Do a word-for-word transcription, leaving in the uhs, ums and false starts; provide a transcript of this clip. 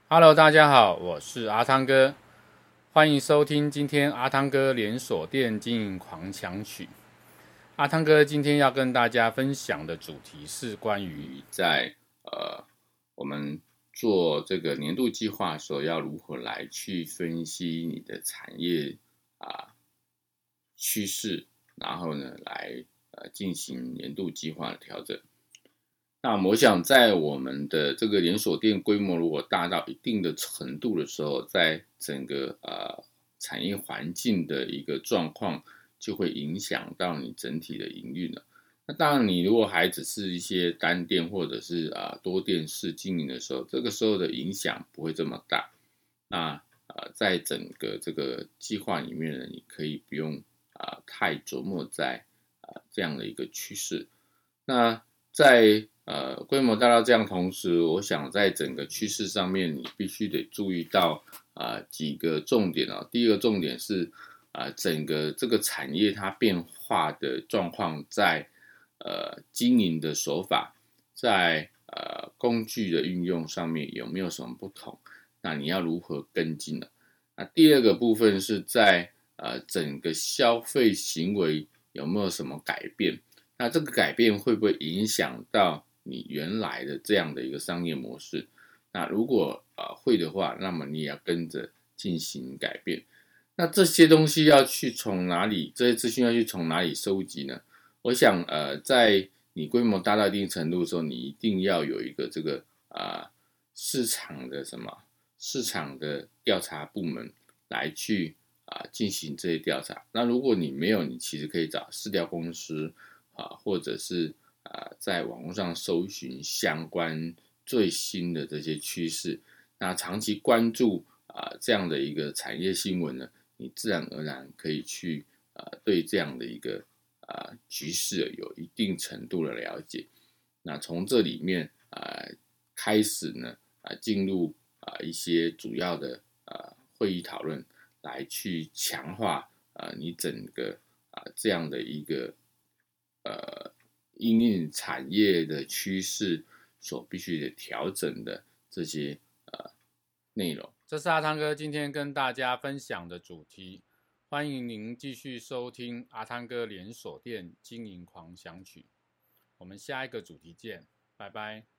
Hello，大家好，我是阿汤哥，欢迎收听今天阿汤哥连锁店经营狂想曲。阿汤哥今天要跟大家分享的主题是关于在呃我们做这个年度计划的时候，要如何来去分析你的产业啊趋势，然后呢来呃进行年度计划的调整。那我想，在我们的这个连锁店规模如果大到一定的程度的时候，在整个呃产业环境的一个状况，就会影响到你整体的营运了。那当然，你如果还只是一些单店或者是啊、呃、多店式经营的时候，这个时候的影响不会这么大。那呃，在整个这个计划里面呢，你可以不用啊、呃、太琢磨在啊、呃、这样的一个趋势。那在呃规模大到这样同时，我想在整个趋势上面，你必须得注意到啊、呃、几个重点啊、哦。第一个重点是啊、呃、整个这个产业它变化的状况在呃经营的手法，在呃工具的运用上面有没有什么不同？那你要如何跟进呢？那第二个部分是在呃整个消费行为有没有什么改变？那这个改变会不会影响到你原来的这样的一个商业模式？那如果呃会的话，那么你也要跟着进行改变。那这些东西要去从哪里？这些资讯要去从哪里收集呢？我想，呃，在你规模大到一定程度的时候，你一定要有一个这个啊、呃、市场的什么市场的调查部门来去啊、呃、进行这些调查。那如果你没有，你其实可以找市调公司啊，或者是啊在网络上搜寻相关最新的这些趋势。那长期关注啊这样的一个产业新闻呢，你自然而然可以去啊对这样的一个啊局势有一定程度的了解。那从这里面啊开始呢啊进入啊一些主要的啊会议讨论，来去强化啊你整个啊这样的一个呃因应产业的趋势所必须得调整的这些呃内容。这是阿汤哥今天跟大家分享的主题，欢迎您继续收听阿汤哥连锁店经营狂想曲。我们下一个主题见，拜拜。